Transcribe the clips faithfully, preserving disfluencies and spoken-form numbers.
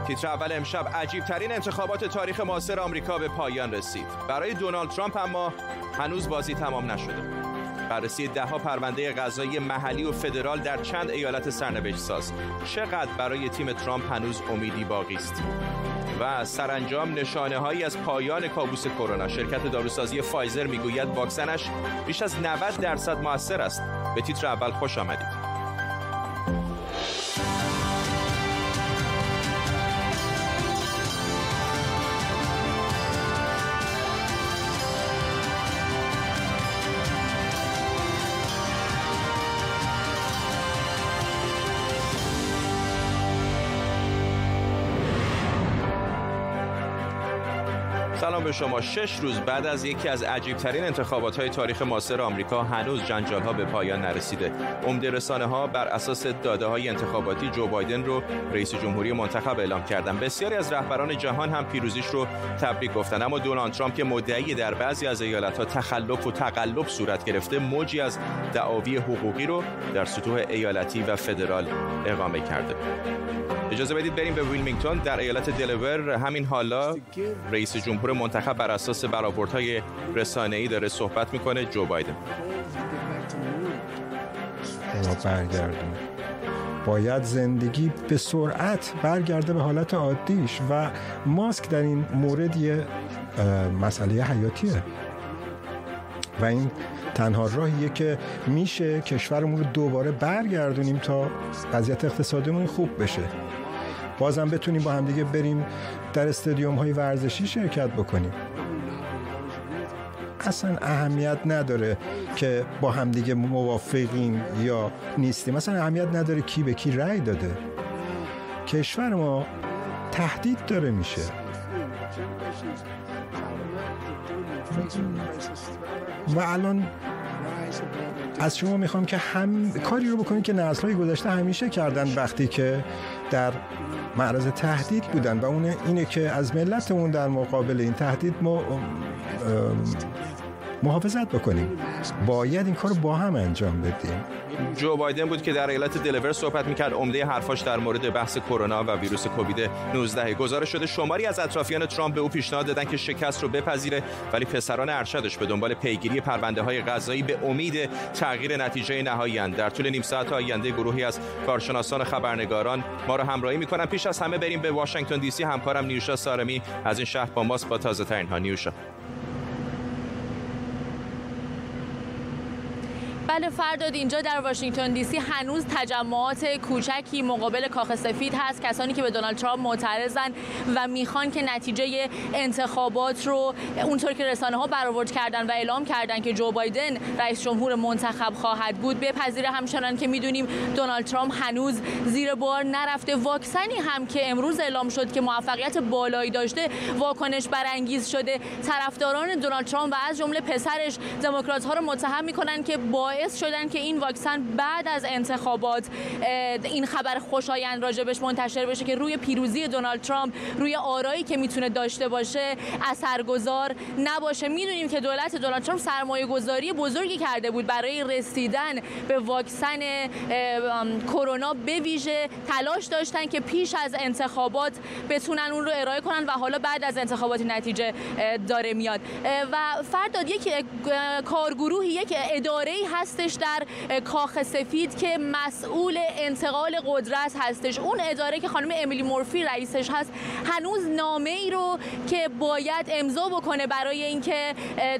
تیتر اول امشب: عجیب ترین انتخابات تاریخ معاصر آمریکا به پایان رسید. برای دونالد ترامپ اما هنوز بازی تمام نشده. بررسی ده‌ها پرونده قضایی محلی و فدرال در چند ایالت سرنوشت ساز. چقدر برای تیم ترامپ هنوز امیدی باقی است؟ و سرانجام نشانه‌هایی از پایان کابوس کرونا. شرکت داروسازی فایزر میگوید واکسنش بیش از نود درصد موثر است. به تیتر اول خوش آمدید. سلام به شما. شش روز بعد از یکی از عجیب‌ترین انتخابات‌های تاریخ معاصر آمریکا هنوز جنجال‌ها به پایان نرسیده. عمده رسانه‌ها بر اساس داده‌های انتخاباتی جو بایدن رو رئیس جمهوری منتخب اعلام کردند. بسیاری از رهبران جهان هم پیروزیش رو تبریک گفتن، اما دونالد ترامپ که مدعی در بعضی از ایالت‌ها تخلف و تقلب صورت گرفته، موجی از دعاوی حقوقی رو در سطوح ایالتی و فدرال اقامه کرده. اجازه بدید بریم به ویلمینگتون در ایالت دلور. همین حالا رئیس جمهور منتخب بر اساس برآوردهای رسانه‌ای داره صحبت میکنه. جو بایدن: ما برگردیم. باید زندگی به سرعت برگرده به حالت عادیش و ماسک در این مورد یه مسئله حیاتیه و این تنها راهیه که میشه کشورمون رو دوباره برگردونیم تا وضعیت اقتصادیمون خوب بشه، بازم بتونیم با همدیگه بریم در استادیوم های ورزشی شرکت بکنیم. اصلا اهمیت نداره که با همدیگه موافقیم یا نیستیم، اصلا اهمیت نداره کی به کی رأی داده. کشور ما تهدید داره میشه. و الان از شما میخوام که هم کاری رو بکنید که نسل‌های گذشته همیشه کردن وقتی که در معرض تهدید بودن، و اون اینه که از ملتمون در مقابل این تهدید ما محافظت بکنیم. باید این کار رو با هم انجام بدیم. جو بایدن بود که در ایالت دلور صحبت میکرد. عمده حرفاش در مورد بحث کرونا و ویروس کووید نوزده. گزارش شده شماری از اطرافیان ترامپ به او پیشنهاد دادن که شکست رو بپذیره، ولی پسران ارشدش به دنبال پیگیری پرونده‌های قضایی به امید تغییر نتیجه نهایی اند. در طول نیم ساعت آینده گروهی از کارشناسان و خبرنگاران ما رو همراهی میکنن. پیش از همه بریم به واشنگتن دی سی. همکارم نیوشا سارمی از این شهر با ماست با تازه ترین ها. نیوشا: بله فرداد، اینجا در واشنگتن دی سی هنوز تجمعات کوچکی مقابل کاخ سفید هست. کسانی که به دونالد ترامپ معترضن و میخوان که نتیجه انتخابات رو اونطور که رسانه‌ها برآورد کردن و اعلام کردن که جو بایدن رئیس جمهور منتخب خواهد بود بپذیره. همچنان که میدونیم دونالد ترامپ هنوز زیر بار نرفته. واکسنی هم که امروز اعلام شد که موفقیت بالایی داشته واکنش برانگیز شده. طرفداران دونالد ترامپ و از جمله پسرش دموکرات‌ها رو متهم میکنن که با باعث شدن که این واکسن بعد از انتخابات این خبر خوشایند راجبش منتشر بشه که روی پیروزی دونالد ترامپ، روی آرایی که میتونه داشته باشه اثرگذار نباشه. میدونیم که دولت دونالد ترامپ سرمایه گذاری بزرگی کرده بود برای رسیدن به واکسن کرونا، به ویژه تلاش داشتن که پیش از انتخابات بتونن اون رو ارائه کنن و حالا بعد از انتخابات نتیجه داره میاد. و فرداد یک کارگروهی، یک اداره‌ای هستش در کاخ سفید که مسئول انتقال قدرت هستش. اون اداره که خانم امیلی مورفی رئیسش هست هنوز نامه‌ای رو که باید امضا بکنه برای اینکه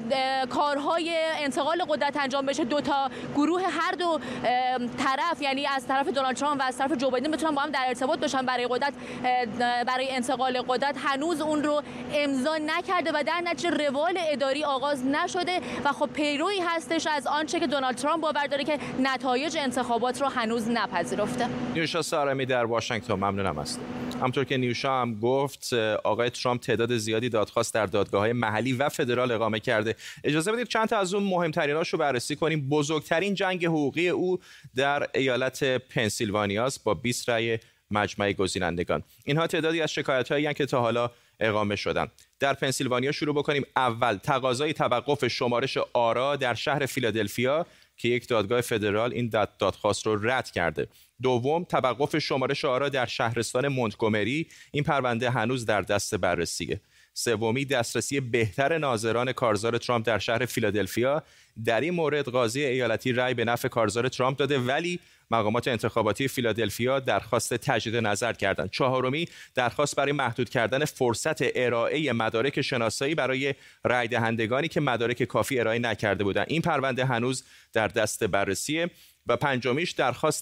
کارهای انتقال قدرت انجام بشه، دو تا گروه هر دو طرف، یعنی از طرف دونالد ترامپ و از طرف جو بایدن، بتونن با هم در ارتباط باشن برای قدرت، برای انتقال قدرت، هنوز اون رو امضا نکرده و در نتیجه روال اداری آغاز نشده و خب پیروی هستش از آنچه که دونالد ترامپ باور داره که نتایج انتخابات رو هنوز نپذیرفته. نیوشا سارمی در واشنگتن، ممنونم است. همطور که نیوشا هم گفت، آقای ترامپ تعداد زیادی دادخواست در دادگاه‌های محلی و فدرال اقامه کرده. اجازه بدید چند تا از اون مهمتریناش رو بررسی کنیم. بزرگترین جنگ حقوقی او در ایالت پنسیلوانیا است با بیست رأی مجمع گزینندگان. اینها تعدادی از شکایت‌هایی هستند که تا حالا اقامه شدن. در پنسیلوانیا شروع بکنیم. اول، تقاضای توقف شمارش آرا در شهر فیلادلفیا که یک دادگاه فدرال این دادخواست رو رد کرده. دوم، توقف شمارش آرا در شهرستان مونتگومری. این پرونده هنوز در دست بررسیه. سومی، دسترسی بهتر ناظران کارزار ترامپ در شهر فیلادلفیا. در این مورد قاضی ایالتی رأی به نفع کارزار ترامپ داده، ولی مقامات انتخاباتی فیلادلفیا درخواست تجدید نظر کردند. چهارمی، درخواست برای محدود کردن فرصت ارائه مدارک شناسایی برای رأی دهندگانی که مدارک کافی ارائه نکرده بودند. این پرونده هنوز در دست بررسیه. و پنجمیش، درخواست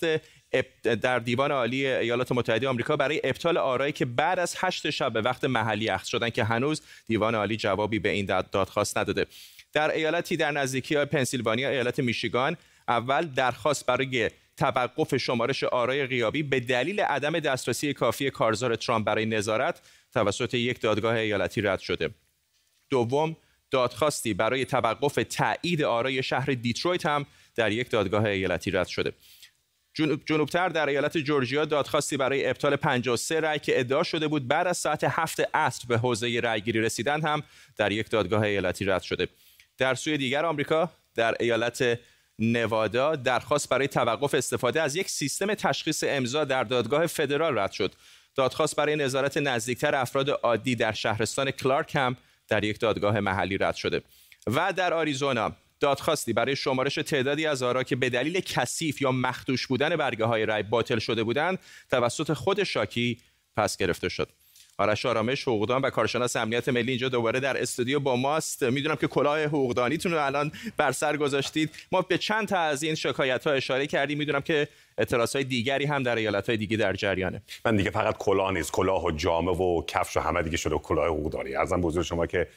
در دیوان عالی ایالات متحده آمریکا برای ابطال آرایی که بعد از هشت شب به وقت محلی اخذ شدن که هنوز دیوان عالی جوابی به این دادخواست نداده. در ایالتی در نزدیکی پنسیلوانیا، ایالت میشیگان، اول درخواست برای توقف شمارش آرای غیابی به دلیل عدم دسترسی کافی کارزار ترامپ برای نظارت توسط یک دادگاه ایالتی رد شده. دوم، دادخواستی برای توقف تایید آرای شهر دیترویت هم در یک دادگاه ایالتی رد شده. جنوب جنوبتر در ایالت جورجیا، دادخواستی برای ابطال پنجاه و سه رأی که ادعا شده بود بعد از ساعت هفت عصر به حوزه رأیگیری رسیدن هم در یک دادگاه ایالتی رد شده. در سوی دیگر آمریکا، در ایالت نوادا، درخواست برای توقف استفاده از یک سیستم تشخیص امضا در دادگاه فدرال رد شد. دادخواست برای نظارت نزدیکتر افراد عادی در شهرستان کلارک هم در یک دادگاه محلی رد شده. و در آریزونا، دادخواستی برای شمارش تعدادی از آرا که به دلیل کثیف یا مخدوش بودن برگه‌های رای باطل شده بودند توسط خود شاکی پس گرفته شد. آرش آرامش، حقوقدان و کارشناس امنیت ملی، اینجا دوباره در استودیو با ماست. میدونم که کلاه حقوقدانیتون رو الان بر سر گذاشتید. ما به چند تا از این شکایت‌ها اشاره کردیم. میدونم که اعتراض‌های دیگری هم در ایالت‌های دیگه در جریانه. من دیگه فقط کلاه نیست، کلاه و جامه و کفش و همه دیگه شده کلاه حقوقدانی. عرضم به حضور شما که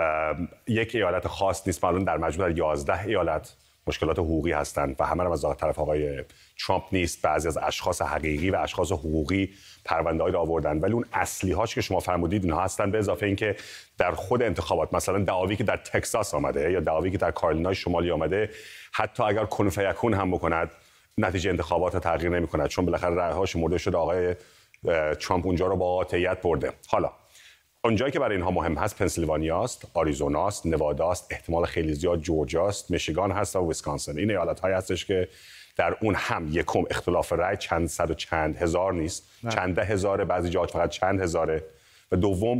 یک ایالت خاص نیست، معلوم در مجموع در یازده ایالت مشکلات حقوقی هستند و همه هم از طرف آقای ترامپ نیست. بعضی از اشخاص حقیقی و اشخاص حقوقی پرونده‌ای را آوردن، ولی اون اصلی هاش که شما فرمودید اینها هستن. به اضافه اینکه در خود انتخابات، مثلا دعاوی که در تگزاس آمده یا دعاوی که در کارولینای شمالی آمده، حتی اگر کن فیکون هم بکند نتیجه انتخابات رو تغییر نمی‌کند، چون بالاخره رأی‌ها شمرده شده، آقای ترامپ اونجا رو با قاطعیت برده. حالا اونجایی که برای اینها مهم هست پنسیلوانیا است، آریزونا است، نوادا است، احتمال خیلی زیاد جورجیا است، میشیگان هست و ویسکانسن. این ایالت‌هایی هستش که در اون هم یکم اختلاف رأی چند صد و چند هزار نیست، نه. چند ده هزاره، بعضی جاها فقط چند هزاره. و دوم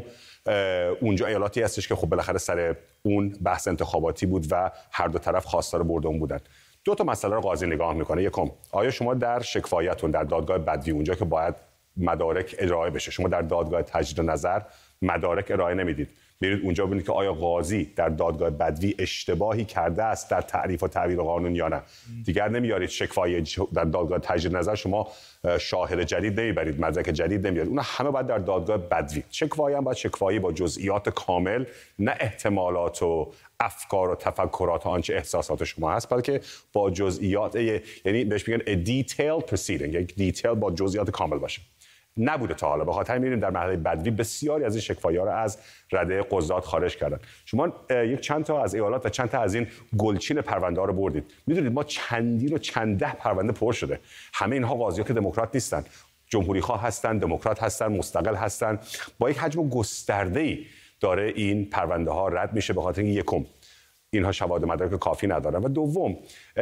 اونجا ایالتی هستش که خب بالاخره سر اون بحث انتخاباتی بود و هر دو طرف خواستار بردون بودن. دو تا مسئله رو قاضی نگاه میکنه. یکم، آیا شما در شکایتون در دادگاه بدوی، اونجا که باید مدارک ارائه بشه، شما در دادگاه تجدید نظر مدارک ارائه نمیدید، میرید اونجا ببینید که آیا قاضی در دادگاه بدوی اشتباهی کرده است در تعریف و تعبیر قانون یا نه. دیگر نمیارید شکوای در دادگاه تجدید نظر، شما شاهد جدید نمیبرید، مدرک جدید نمیارید، اون همه باید در دادگاه بدوی. شکوایی هم باید شکوایی با جزئیات کامل، نه احتمالات و افکار و تفکرات و آنچه احساسات شما هست، بلکه با جزئیات، یعنی بهش میگن a detailed proceeding، یک دیتیل با جزئیات کامل باشه. نبوده تا حالا. به خاطر می‌بینیم در مرحله بدوی بسیاری از این شکوایی‌ها را از رده قضات خارج کردن. شما یک چند تا از ایالات و چند تا از این گلچین پرونده‌ها رو بردید. می‌دونید ما چندین و چند ده پرونده پر شده. همه اینها قاضی‌ها که دموکرات نیستن، جمهوری‌خواه هستن، دموکرات هستن، مستقل هستن. با یک حجم گسترده‌ای داره این پرونده‌ها رد میشه، به خاطر اینکه یکم اینها شواهد مدارک کافی ندارن و دوم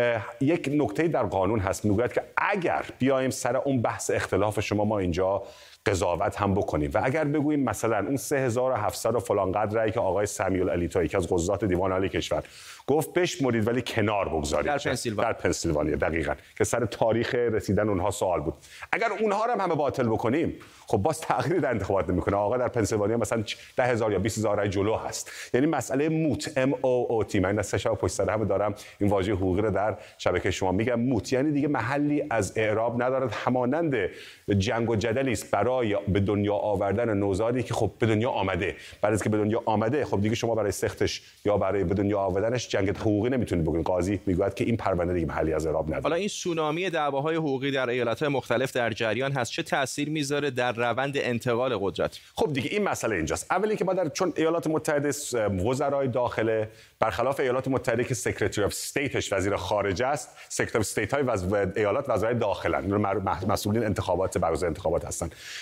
یک نکته در قانون هست میگوید که اگر بیایم سر اون بحث اختلاف شما ما اینجا قضاوت هم بکنیم و اگر بگوییم مثلا اون سه هزار و هفتصد و فلان قدر رأی که آقای سمیول الیتو یکی از قضات دیوان عالی کشور گفت بشمرید ولی کنار بگذارید در پنسیلوانیا، در پنسیلوانیا دقیقاً، که سر تاریخ رسیدن اونها سوال بود، اگر اونها رو هم همه باطل بکنیم خب باز تغییری در انتخابات نمیکنه. آقا در پنسیلوانیا مثلا ده هزار یا بیست هزار رأی جلو هست، یعنی مسئله موت ام او او تی، من سه شب پشت سر هم دارم این واژه حقوقی رو در شبکه شما میگم، موت یعنی دیگه محلی از اعراب ندارد، همانند جنگ و جدلی است برای به دنیا آوردن نوزادی که خب به دنیا آمده. بعد از که به دنیا آمده خب دیگه شما برای سختش یا برای به دنیا آوردنش جنگ حقوقی نمیتونید بکنید. قاضی میگوید که این پرونده دیگه محلی از اعراب نداره. حالا این سونامی دعواهای حقوقی در ایالت‌های مختلف در جریان هست، چه تأثیر میذاره در روند انتقال قدرت؟ خب دیگه این مسئله اینجاست. اولی که ما در چون ایالات متحده وزرای داخله برخلاف ایالات متحده که سکرتری اف استیتش وزیر خارجه است، سکرتری اف استیت های وز... ایالات وزرای داخلن، مسئولین انتخابات برگزار انتخابات هستن.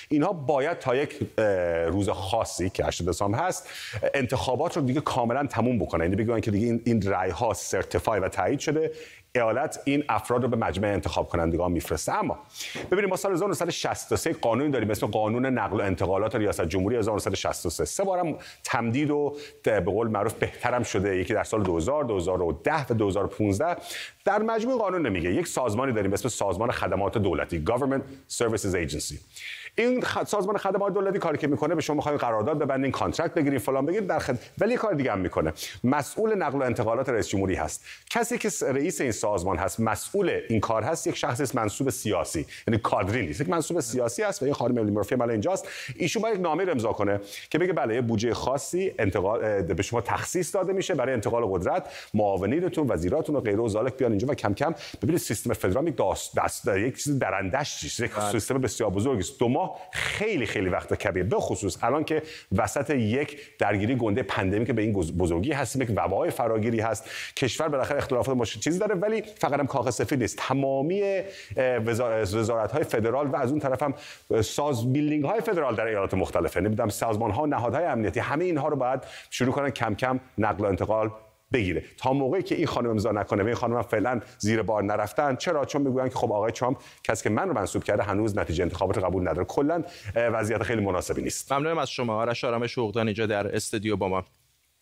اینها باید تا یک روز خاصی که هشتم دسامبر هست انتخابات رو دیگه کاملا تموم بکنن، یعنی بگن که دیگه این این رأی ها سرتیفای و تایید شده، ایالت این افراد رو به مجمع انتخاب کنندگان میفرسته. اما ببینید ما سال هزار و نهصد و شصت و سه قانونی داریم اسم قانون نقل و انتقالات ریاست جمهوری هزار و نهصد و شصت و سه. سه بارم تمدید و به قول معروف بهترم شده، یکی در سال دو هزار، دو هزار و ده و دو هزار و پانزده. در مجموع قانون نمیگه یک سازمانی داریم به اسم سازمان خدمات دولتی Government Services Agency. این خد... سازمان خدمات دولتی کاری که میکنه به شما میخواین قرارداد ببندین، کانترکت بگیرین، فلان بگیرین، در خد... ولی کار دیگه هم میکنه. مسئول نقل و انتقالات رئیس جمهوری هست. کسی که رئیس این سازمان هست، مسئول این کار هست، یک شخص است منصوب سیاسی، یعنی کادری نیست، یک منصوب سیاسی است و این خانم الی مورفی مال اینجاست. ایشون باید یک نامه امضا کنه که بگه بله بودجه خاصی انتقال به شما تخصیص داده میشه برای انتقال قدرت، معاونینتون، وزیراتون و غیره و ذالک بیان اینجا و کم کم ببینید سیستم فدرال یک داست دست یک چیز درندش چیز، یک سیستم بسیار بزرگی است. دو ماه خیلی خیلی وقت کبیر، به خصوص الان که وسط یک درگیری گنده پندمی که به این بزرگی هستیم، یک وبای فراگیری هست، کشور بالاخره اختلافات مش چیزی داره، ولی فقط هم کاغذ سفید نیست، تمامی وزارت‌های فدرال و از اون طرف هم ساز بیلدینگ‌های فدرال در ایالات مختلفه، نمیدونم سازمان‌ها، نهادهای امنیتی، همه اینها رو باید شروع کنن کم کم نقل و انتقال بگیره. تا موقعی که این خانم امضا نکنه و این خانم فعلا زیر بار نرفتن، چرا؟ چون میگوین که خب آقای ترامپ کسی که من رو منصوب کرده هنوز نتیجه انتخابات رو قبول نداره. کلا وضعیت خیلی مناسبی نیست. ممنونم از شما. آرش آرامش حقوقدان اینجا در استودیو با ما.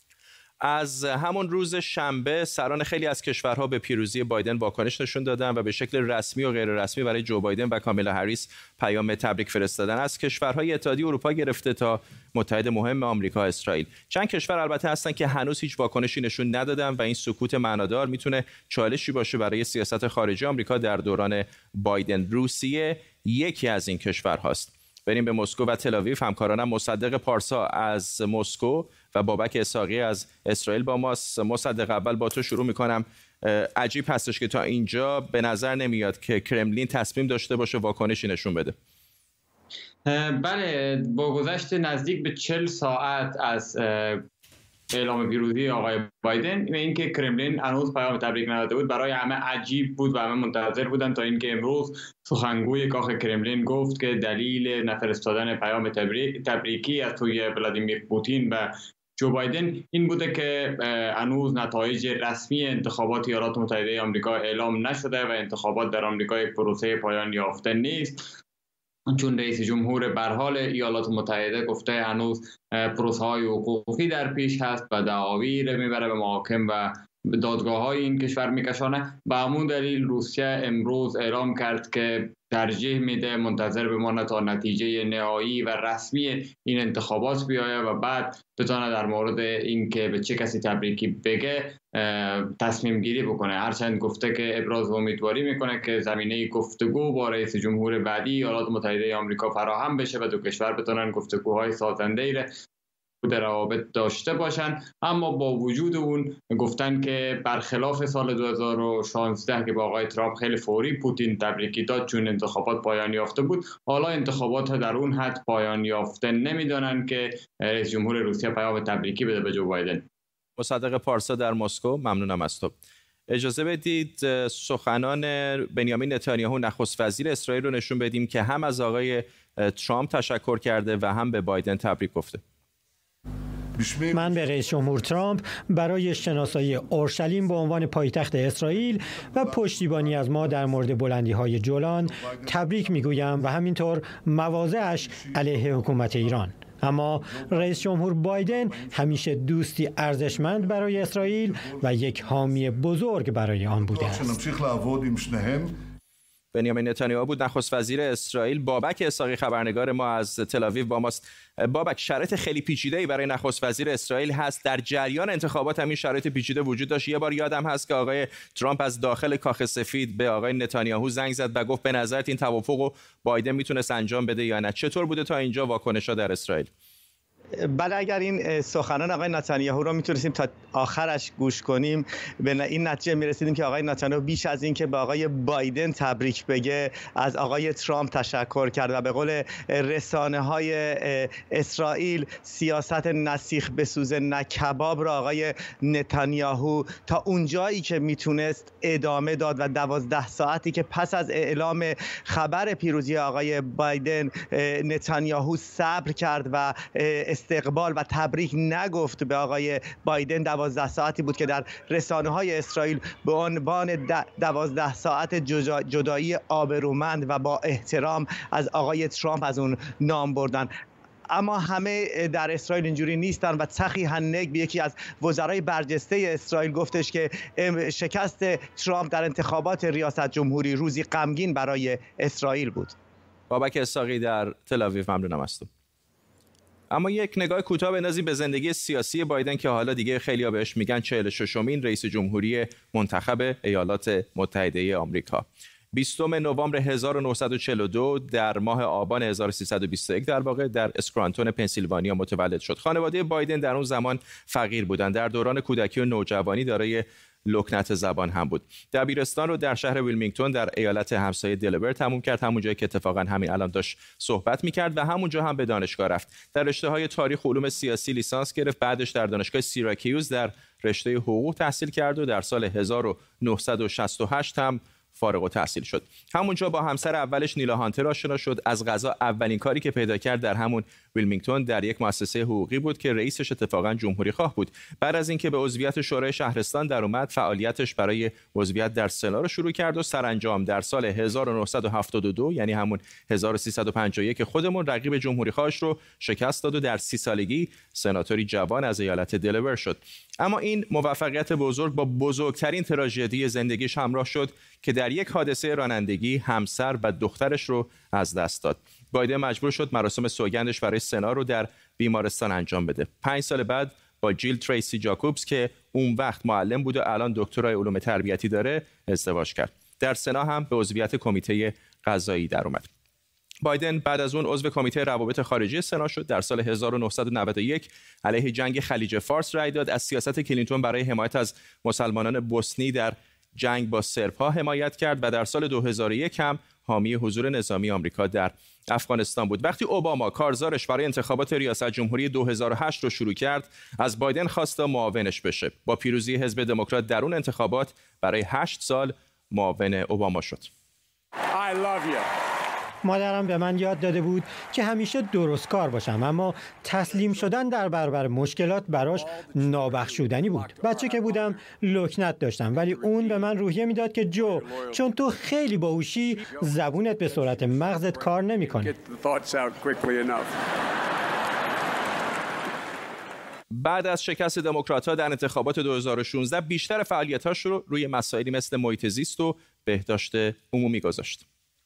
از همون روز شنبه سران خیلی از کشورها به پیروزی بایدن واکنش نشون دادن و به شکل رسمی و غیر رسمی برای جو بایدن و کامالا هریس پیام تبریک فرستادن. از کشورهای اتحادیه اروپا گرفته تا متحد مهم آمریکا، اسرائیل. چند کشور البته هستن که هنوز هیچ واکنشی نشون ندادن و این سکوت معنادار میتونه چالشی باشه برای سیاست خارجی آمریکا در دوران بایدن. روسیه یکی از این کشورهاست. بریم به مسکو و تل آویو. همکارانم مصدق پارسا از مسکو و بابک اسحاقی از اسرائیل با ماست. مصدق، اول با تو شروع میکنم. عجیب هستش که تا اینجا به نظر نمیاد که کرملین تصمیم داشته باشه واکنشی نشون بده. بله، با گذشت نزدیک به چهل ساعت از اعلام پیروزی آقای بایدن و اینکه کرملین هنوز پیام تبریک نداده بود برای همه عجیب بود و همه منتظر بودن تا اینکه امروز سخنگوی کاخ کرملین گفت که دلیل نفرستادن پیام تبریکی از سوی ولادیمیر پوتین و جو بایدن این بوده که هنوز نتایج رسمی انتخابات ایالات متحده آمریکا اعلام نشده و انتخابات در آمریکا یک پروسه پایان یافته نیست، چون رئیس جمهور به هر حال ایالات متحده گفته هنوز پروسه های حقوقی در پیش هست و دعاوی رو میبره به محاکم و دادگاه های این کشور میکشانه. به همون دلیل روسیه امروز اعلام کرد که ترجیح میده منتظر بمانه تا نتیجه نهایی و رسمی این انتخابات بیایه و بعد بتونه در مورد اینکه به چه کسی تبریکی بگه تصمیم گیری بکنه. هرچند گفته که ابراز امیدواری میکنه که زمینه گفتگو با رئیس جمهور بعدی ایالات متحده آمریکا فراهم بشه و دو کشور بتونن گفتگوهای سازنده‌ای را در روابط داشته باشن، اما با وجود اون گفتن که برخلاف سال دو هزار و شانزده که با آقای ترامپ خیلی فوری پوتین تبریکی داد چون انتخابات پایان یافته بود، حالا انتخابات در اون حد پایان یافته نمیدونن که رئیس جمهور روسیه پیام تبریکی بده به جو بایدن. مصدق پارسا در مسکو، ممنونم از تو. اجازه بدید سخنان بنیامین نتانیاهو نخست وزیر اسرائیل رو نشون بدیم که هم از آقای ترامپ تشکر کرده و هم به بایدن تبریک گفته. من به رئیس جمهور ترامپ برای شناسایی اورشلیم به عنوان پایتخت اسرائیل و پشتیبانی از ما در مورد بلندی‌های جولان تبریک میگویم و همینطور مواضعش علیه حکومت ایران. اما رئیس جمهور بایدن همیشه دوستی ارزشمند برای اسرائیل و یک حامی بزرگ برای آن بوده است. بنیامین نتانیاهو بود نخست وزیر اسرائیل. بابک اسحاقی خبرنگار ما از تل آویو با ماست. بابک، شرایط خیلی پیچیده‌ای برای نخست وزیر اسرائیل هست. در جریان انتخابات هم این شرایط پیچیده وجود داشت. یه بار یادم هست که آقای ترامپ از داخل کاخ سفید به آقای نتانیاهو زنگ زد و گفت به نظرت این توافق رو بایدن میتونست انجام بده یا نه؟ چطور بوده تا اینجا واکنش‌ها در اسرائیل؟ بله، اگر این سخنان آقای نتانیاهو رو میتونستیم تا آخرش گوش کنیم به این نتیجه میرسیدیم که آقای نتانیاهو بیش از این که به آقای بایدن تبریک بگه از آقای ترامپ تشکر کرد و به قول رسانه های اسرائیل سیاست نسیخ بسوزه نه کباب را آقای نتانیاهو تا اونجایی که میتونست ادامه داد و دوازده ساعتی که پس از اعلام خبر پیروزی آقای بایدن نتانیاهو صبر کرد و استقبال و تبریک نگفت به آقای بایدن، دوازده ساعتی بود که در رسانه‌های اسرائیل به عنوان دوازده ساعت جدایی آبرومند و با احترام از آقای ترامپ از اون نام بردن. اما همه در اسرائیل اینجوری نیستن و تخی هنگ، یکی از وزرای برجسته اسرائیل، گفتش که شکست ترامپ در انتخابات ریاست جمهوری روزی غمگین برای اسرائیل بود. بابک اسحاقی در تل آویو، ممنونم از تو. اما یک نگاه کوتاه بندازیم به زندگی سیاسی بایدن که حالا دیگه خیلی‌ها بهش میگن چهل و ششمین رئیس جمهوری منتخب ایالات متحده آمریکا. بیستم نوامبر هزار و نهصد و چهل و دو در ماه آبان هزار و سیصد و بیست و یک در واقع در اسکرانتون پنسیلوانیا متولد شد. خانواده بایدن در اون زمان فقیر بودند. در دوران کودکی و نوجوانی دارای لکنت زبان هم بود. دبیرستان رو در شهر ویلمینگتون در ایالت همسایه دلور تموم کرد، همون جایی که اتفاقا همین الان داشت صحبت می‌کرد و همونجا هم به دانشگاه رفت. در رشته‌های تاریخ و علوم سیاسی لیسانس گرفت، بعدش در دانشگاه سیراکیوز در رشته حقوق تحصیل کرد و در سال هزار و نهصد و شصت و هشت هم فارغ التحصیل شد. همونجا با همسر اولش نیلا هانتر آشنا شد. از قضا اولین کاری که پیدا کرد در همون ویلمینگتون در یک مؤسسه حقوقی بود که رئیسش اتفاقا جمهوری خواه بود. بعد از اینکه به عضویت شورای شهرستان در اومد، فعالیتش برای عضویت در سنا رو شروع کرد و سرانجام در سال هزار و نهصد و هفتاد و دو یعنی همون هزار و سیصد و پنجاه و یک خودمون رقیب جمهوری خواهش رو شکست داد و در سی سالگی سناتوری جوان از ایالت دلور شد. اما این موفقیت بزرگ با بزرگترین تراژدی زندگیش همراه شد که در یک حادثه رانندگی همسر و دخترش رو از دست داد. بایدن مجبور شد مراسم سوگندش برای سنا رو در بیمارستان انجام بده. پنج سال بعد با جیل تریسی جاکوبز که اون وقت معلم بود و الان دکترای علوم تربیتی داره ازدواج کرد. در سنا هم به عضویت کمیته قضایی در اومد. بایدن بعد از اون عضو کمیته روابط خارجی سنا شد. در سال هزار و نهصد و نود و یک علیه جنگ خلیج فارس رأی داد. از سیاست کلینتون برای حمایت از مسلمانان بوسنی در جنگ با سرب‌ها حمایت کرد و در سال دو هزار و یک هم حامی حضور نظامی آمریکا در افغانستان بود. وقتی اوباما کارزارش برای انتخابات ریاست جمهوری دو هزار و هشت رو شروع کرد، از بایدن خواست تا معاونش بشه. با پیروزی حزب دموکرات در اون انتخابات برای هشت سال معاون اوباما شد. I love you. مادرم به من یاد داده بود که همیشه درست کار باشم، اما تسلیم شدن در برابر مشکلات براش نابخشودنی بود. بچه که بودم لکنت داشتم، ولی اون به من روحیه میداد که جو، چون تو خیلی باهوشی، زبونت به سرعت مغزت کار نمیکنه. بعد از شکست دموکرات‌ها در انتخابات دو هزار و شانزده بیشتر فعالیت‌هاش رو روی مسائلی مثل محیط زیست و بهداشت عمومی گذاشت.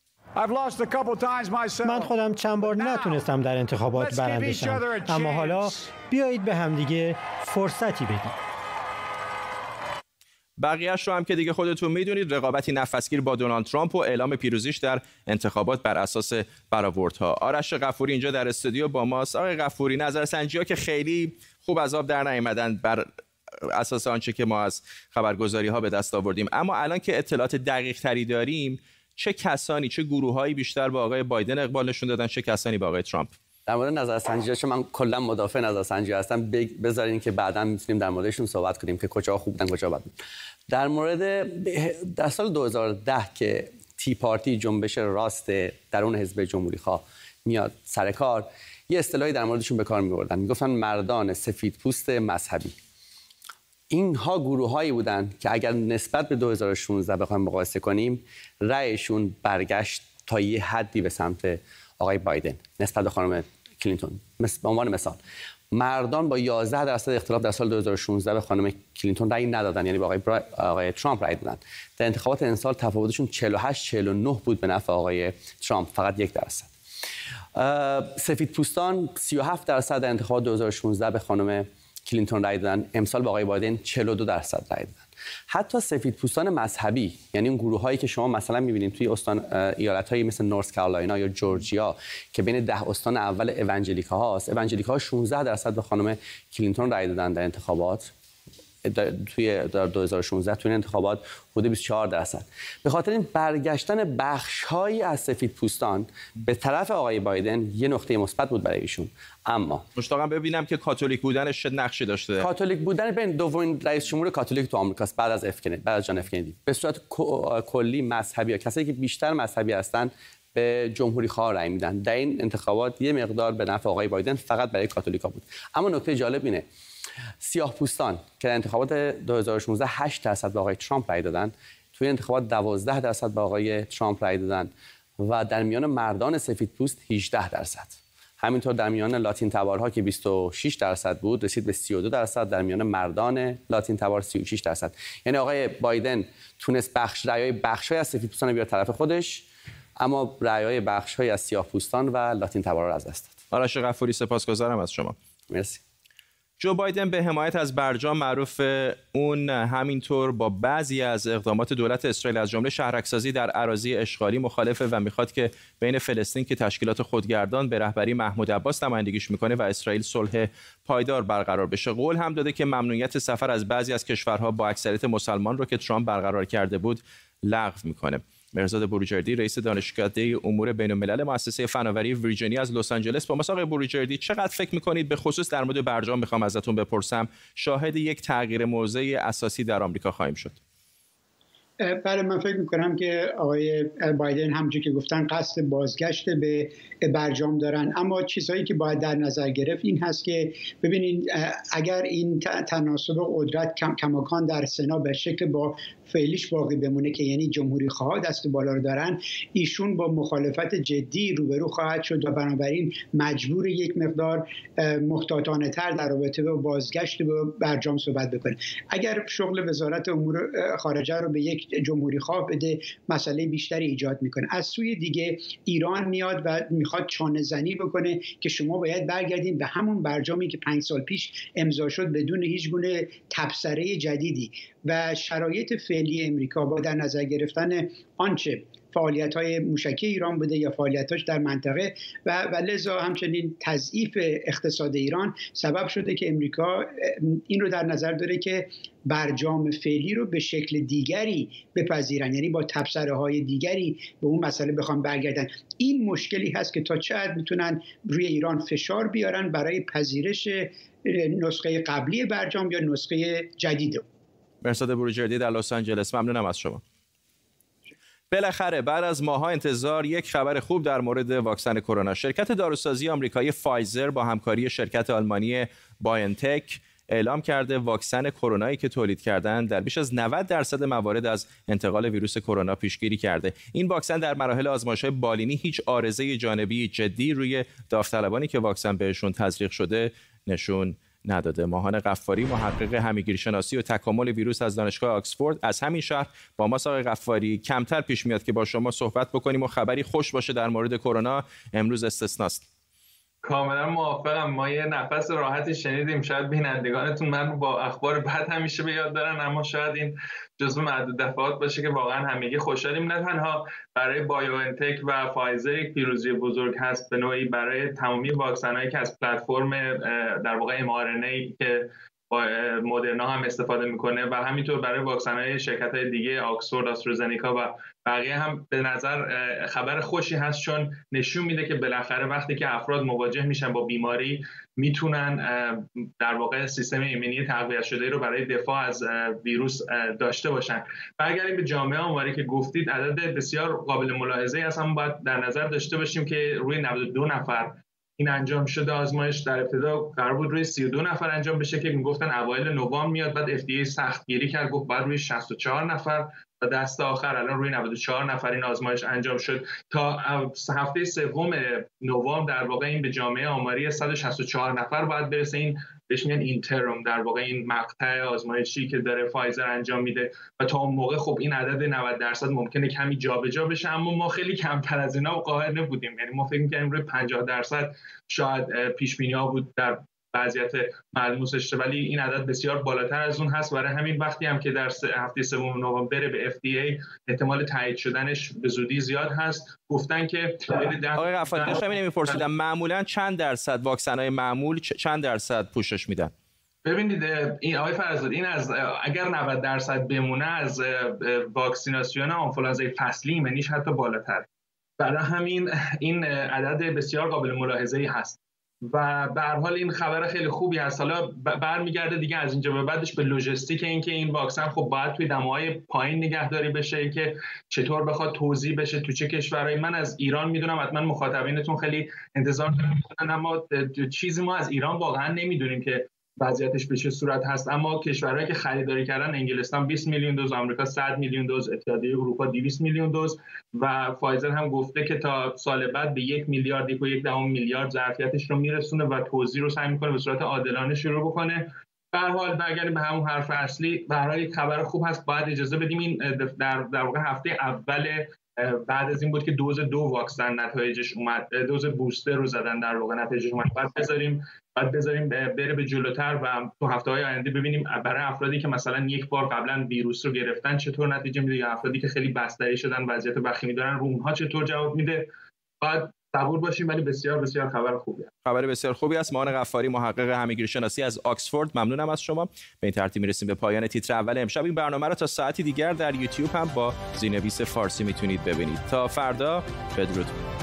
من خودم چند بار نتونستم در انتخابات برنده شم، اما حالا بیایید به همدیگه فرصتی بدیم. بقیه‌اش رو هم که دیگه خودتون میدونید. رقابتی نفسگیر با دونالد ترامپ و اعلام پیروزیش در انتخابات بر اساس برآوردها. آرش غفوری اینجا در استودیو با ماست. آقای غفوری، نظرسنجی‌ها که خیلی خوب از آب در نیامدن بر اساس آنچه که ما از خبرگزاری‌ها به دست آوردیم، اما الان که اطلاعات دقیق تری داریم، چه کسانی، چه گروه‌هایی بیشتر با آقای بایدن اقبال نشون دادن، چه کسانی با آقای ترامپ؟ در مورد نظرسنجی‌ها، چون من کلا مدافع نظرسنجی هستم، بذارین که بعداً میتونیم در موردشون صحبت کنیم که کجا خوب بودن کجا بد بودن. در مورد در سال دو هزار و ده که تی پارتی، جنبش راست درون حزب جمهوری خواه میاد سر کار، یه اصطلاحی در موردشون به کار می‌بردن، میگفتن مردان سفیدپوست مذهبی. اینها گروه‌هایی بودند که اگر نسبت به دو هزار و شانزده بخوایم مقایسه کنیم، رأیشون برگشت تا یه حدی به سمت آقای بایدن نسبت به خانم کلینتون. به عنوان مثال، مردان با یازده درصد اختلاف در سال دو هزار و شانزده به خانم کلینتون رأی ندادن، یعنی به آقای, برا... آقای ترامپ رأی دادن. در انتخابات این سال تفاوتشون چهل و هشت چهل و نه بود به نفع آقای ترامپ، فقط یک درصد. سفیدپوستان سی و هفت درصد در انتخابات دو هزار و شانزده به خانم کلینتون رای دادن، امسال با آقای بایدن چهل و دو درصد رای دادن. حتی سفیدپوستان مذهبی، یعنی اون گروه‌هایی که شما مثلا می‌بینید توی استان ایالت‌هایی مثل نورث کارولاینا یا جورجیا که بین ده استان اول اونجلیکاهاست، اونجلیکاها شانزده درصد به خانم کلینتون رای دادن در انتخابات. توی در دو هزار و شانزده توی انتخابات حدود بیست و چهار درصد. به خاطر این برگشتن بخش‌هایی از سفیدپوستان به طرف آقای بایدن یه نقطه مثبت بود برای ایشون. اما مشتاقم ببینم که کاتولیک بودنش چه نقشی داشته. کاتولیک بودن بین دومین رئیس جمهور کاتولیک تو آمریکاست بعد از اف کندی، بعد از جان اف کندی. به صورت کلی مذهبی‌ها، کسایی که بیشتر مذهبی هستن به جمهوری خواه رای میدن. در این انتخابات یه مقدار به نفع آقای بایدن فقط برای کاتولیکا بود. اما نکته جالب اینه سیاه‌پوستان که در انتخابات دو هزار و شانزده هشت درصد به آقای ترامپ رای دادن، توی انتخابات دوازده درصد به آقای ترامپ رای دادن و در میان مردان سفیدپوست هجده درصد. همینطور در میان لاتین تبارها که بیست و شش درصد بود رسید به سی و دو درصد، در میان مردان لاتین تبار سی و شش درصد. یعنی آقای بایدن تونست بخش رایای بخشای از سفیدپوستان بیاره طرف خودش، اما رایای بخشای از سیاه‌پوستان و لاتین تبار رو از دست داد. آرش غفوری سپاسگزارم از شما. مرسی. جو بایدن به حمایت از برجام معروف اون همینطور با بعضی از اقدامات دولت اسرائیل از جمله شهرک‌سازی در اراضی اشغالی مخالفه و میخواد که بین فلسطین که تشکیلات خودگردان به رهبری محمود عباس نمایندگیش میکنه و اسرائیل صلح پایدار برقرار بشه. قول هم داده که ممنوعیت سفر از بعضی از کشورها با اکثریت مسلمان رو که ترامپ برقرار کرده بود لغو میکنه. مرزاد بروجردی رئیس دانشکده امور بین‌الملل مؤسسه فناوری ویرجینیا از لس آنجلس با ما. آقای بروجردی، چقدر فکر می‌کنید به خصوص در مورد برجام می‌خوام ازتون بپرسم شاهد یک تغییر موضعی اساسی در آمریکا خواهیم شد؟ بله، من فکر میکنم که آقای بایدن همونجور که گفتن قصد بازگشت به برجام دارن، اما چیزهایی که باید در نظر گرفت این هست که ببینید اگر این تناسب قدرت کم کماکان در سنا به شکل با فعلیش باقی بمونه که یعنی جمهوری خواه دست بالا رو دارن، ایشون با مخالفت جدی روبرو خواهد شد و بنابراین مجبور یک مقدار محتاطانه تر در رابطه با بازگشت به برجام صحبت بکنه. اگر شغل وزارت امور خارجه رو به یک جمهوری خواه بده مسئله بیشتری ایجاد میکنه. از سوی دیگه ایران میاد و میخواد چانه زنی بکنه که شما باید برگردین به همون برجامی که پنج سال پیش امضا شد بدون هیچ گونه تبصره جدیدی و شرایط فعلی امریکا با در نظر گرفتن آنچه فعالیت‌های موشکی ایران بوده یا فعالیتاش در منطقه و, و لذا همچنین تضعیف اقتصاد ایران سبب شده که امریکا این رو در نظر داره که برجام فعلی رو به شکل دیگری بپذیرن، یعنی با تبصره‌های دیگری به اون مسئله بخوام برگردن. این مشکلی هست که تا چه حد میتونن روی ایران فشار بیارن برای پذیرش نسخه قبلی برجام یا نسخه جدید. مرزاد بروجردی در لس آنجلس، ممنونم از شما. بالاخره بعد از ماه‌ها انتظار یک خبر خوب در مورد واکسن کرونا. شرکت داروسازی آمریکایی فایزر با همکاری شرکت آلمانی باینتک اعلام کرده واکسن کرونایی که تولید کردن در بیش از نود درصد موارد از انتقال ویروس کرونا پیشگیری کرده. این واکسن در مراحل آزمایش‌های بالینی هیچ عارضه جانبی جدی روی داوطلبانی که واکسن بهشون تزریق شده نشون نداده. ماهان غفاری، محقق همه‌گیرشناسی و تکامل ویروس از دانشگاه آکسفورد از همین شهر با ما. آقای غفاری، کمتر پیش میاد که با شما صحبت بکنیم و خبری خوش باشه در مورد کرونا، امروز استثناست. کاملا موافقم. ما یه نفس راحتی شنیدیم. شاید بینندگانتون من با اخبار بد همیشه به یاد دارن، اما شاید این جزو معدود دفعات باشه که واقعا همگی خوشحالیم. نه تنها برای بایوانتک و فایزر یک پیروزی بزرگ هست به نوعی برای تمامی واکسن‌هایی که از پلتفرم در واقع ام آر ان ای که مدرنا هم استفاده میکنه و همینطور برای واکسن‌های شرکت‌های دیگه آکسفورد، آسترازنیکا و بقیه هم به نظر خبر خوشی هست، چون نشون میده که بالاخره وقتی که افراد مواجه میشن با بیماری میتونن در واقع سیستم ایمنی تقویت شده رو برای دفاع از ویروس داشته باشن. برگردیم به جامعه آماری که گفتید، عدد بسیار قابل ملاحظه‌ای هست، هم باید در نظر داشته باشیم که روی نود و دو نفر این انجام شده. آزمایش در ابتدا قرار بود روی سی و دو نفر انجام بشه که میگفتن اوایل نوامبر میاد، بعد اف دی ای سختگیری کرد گفت بعد روی شصت و چهار نفر و دست آخر الان روی نود و چهار نفر این آزمایش انجام شد. تا هفته سوم نوامبر در واقع این به جامعه آماری صد و شصت و چهار نفر باید برسه. این بهش میگن اینترم، در واقع این مقطع آزمایشی که داره فایزر انجام میده و تا اون موقع خب این عدد نود درصد ممکنه کمی جابجا بشه، اما ما خیلی کمتر از اینا قائل نبودیم. یعنی ما فکر می‌کردیم روی پنجاه درصد شاید پیش بینی‌ها بود در وضعیت ملموسش، ولی این عدد بسیار بالاتر از اون هست. برای همین وقتی هم که در هفته سوم نوامبر بره به اف دی ای احتمال تایید شدنش به زودی زیاد هست. گفتن که آقای غفاری داشتم اینو می‌پرسیدم معمولاً چند درصد واکسن‌های معمول چند درصد پوشش میدن؟ ببینید این آقای فرزاد، این از اگر نود درصد بمونه از واکسیناسیون آنفولانزای فصلی منیش حتی بالاتر. برای همین این عدد بسیار قابل ملاحظه‌ای هست و به هر حال این خبر خیلی خوبی هست. حالا برمیگرده دیگه از اینجا به بعدش به لوجستیک، اینکه این واکسن خب باید توی دماهای پایین نگهداری بشه، اینکه چطور بخواد توزیع بشه تو چه کشورهایی. من از ایران میدونم، حتما مخاطبینتون خیلی انتظار دارن، اما چیزی ما از ایران واقعا نمیدونیم که وضعیتش به چه صورت هست. اما کشورهایی که خریداری کردن، انگلستان بیست میلیون دوز، آمریکا صد میلیون دوز، اتحادیه اروپا دویست میلیون دوز و فایزر هم گفته که تا سال بعد به یک میلیارد یک و یک دهم میلیارد ظرفیتش رو میرسونه و توزیع رو سعی میکنه به صورت عادلانه شروع بکنه. به هر حال برگردیم به همون حرف اصلی، به هر حال یک خبر خوب هست. باید اجازه بدیم این در در واقع هفته اول بعد از این بود که دوز دو واکسن نتایجش اومد، دوز بوستر رو زدن در واقع نتایجش اومد. بعد بذاریم بعد بذاریم بره به جلوتر و تو هفته‌های آینده ببینیم برای افرادی که مثلا یک بار قبلا ویروس رو گرفتن چطور نتیجه میده، یا افرادی که خیلی بستری شدن وضعیت وخیمی دارن رو اونها چطور جواب میده. باید صبور باشیم، ولی بسیار بسیار خبر خوبی است. خبر بسیار خوبی است. ماهان غفاری، محقق همهگیری شناسی از آکسفورد، ممنونم از شما. به این ترتیب میرسیم به پایان تیتر اول امشب. این برنامه را تا ساعتی دیگر در یوتیوب هم با زیرنویس فارسی میتونید ببینید. تا فردا، بدرود.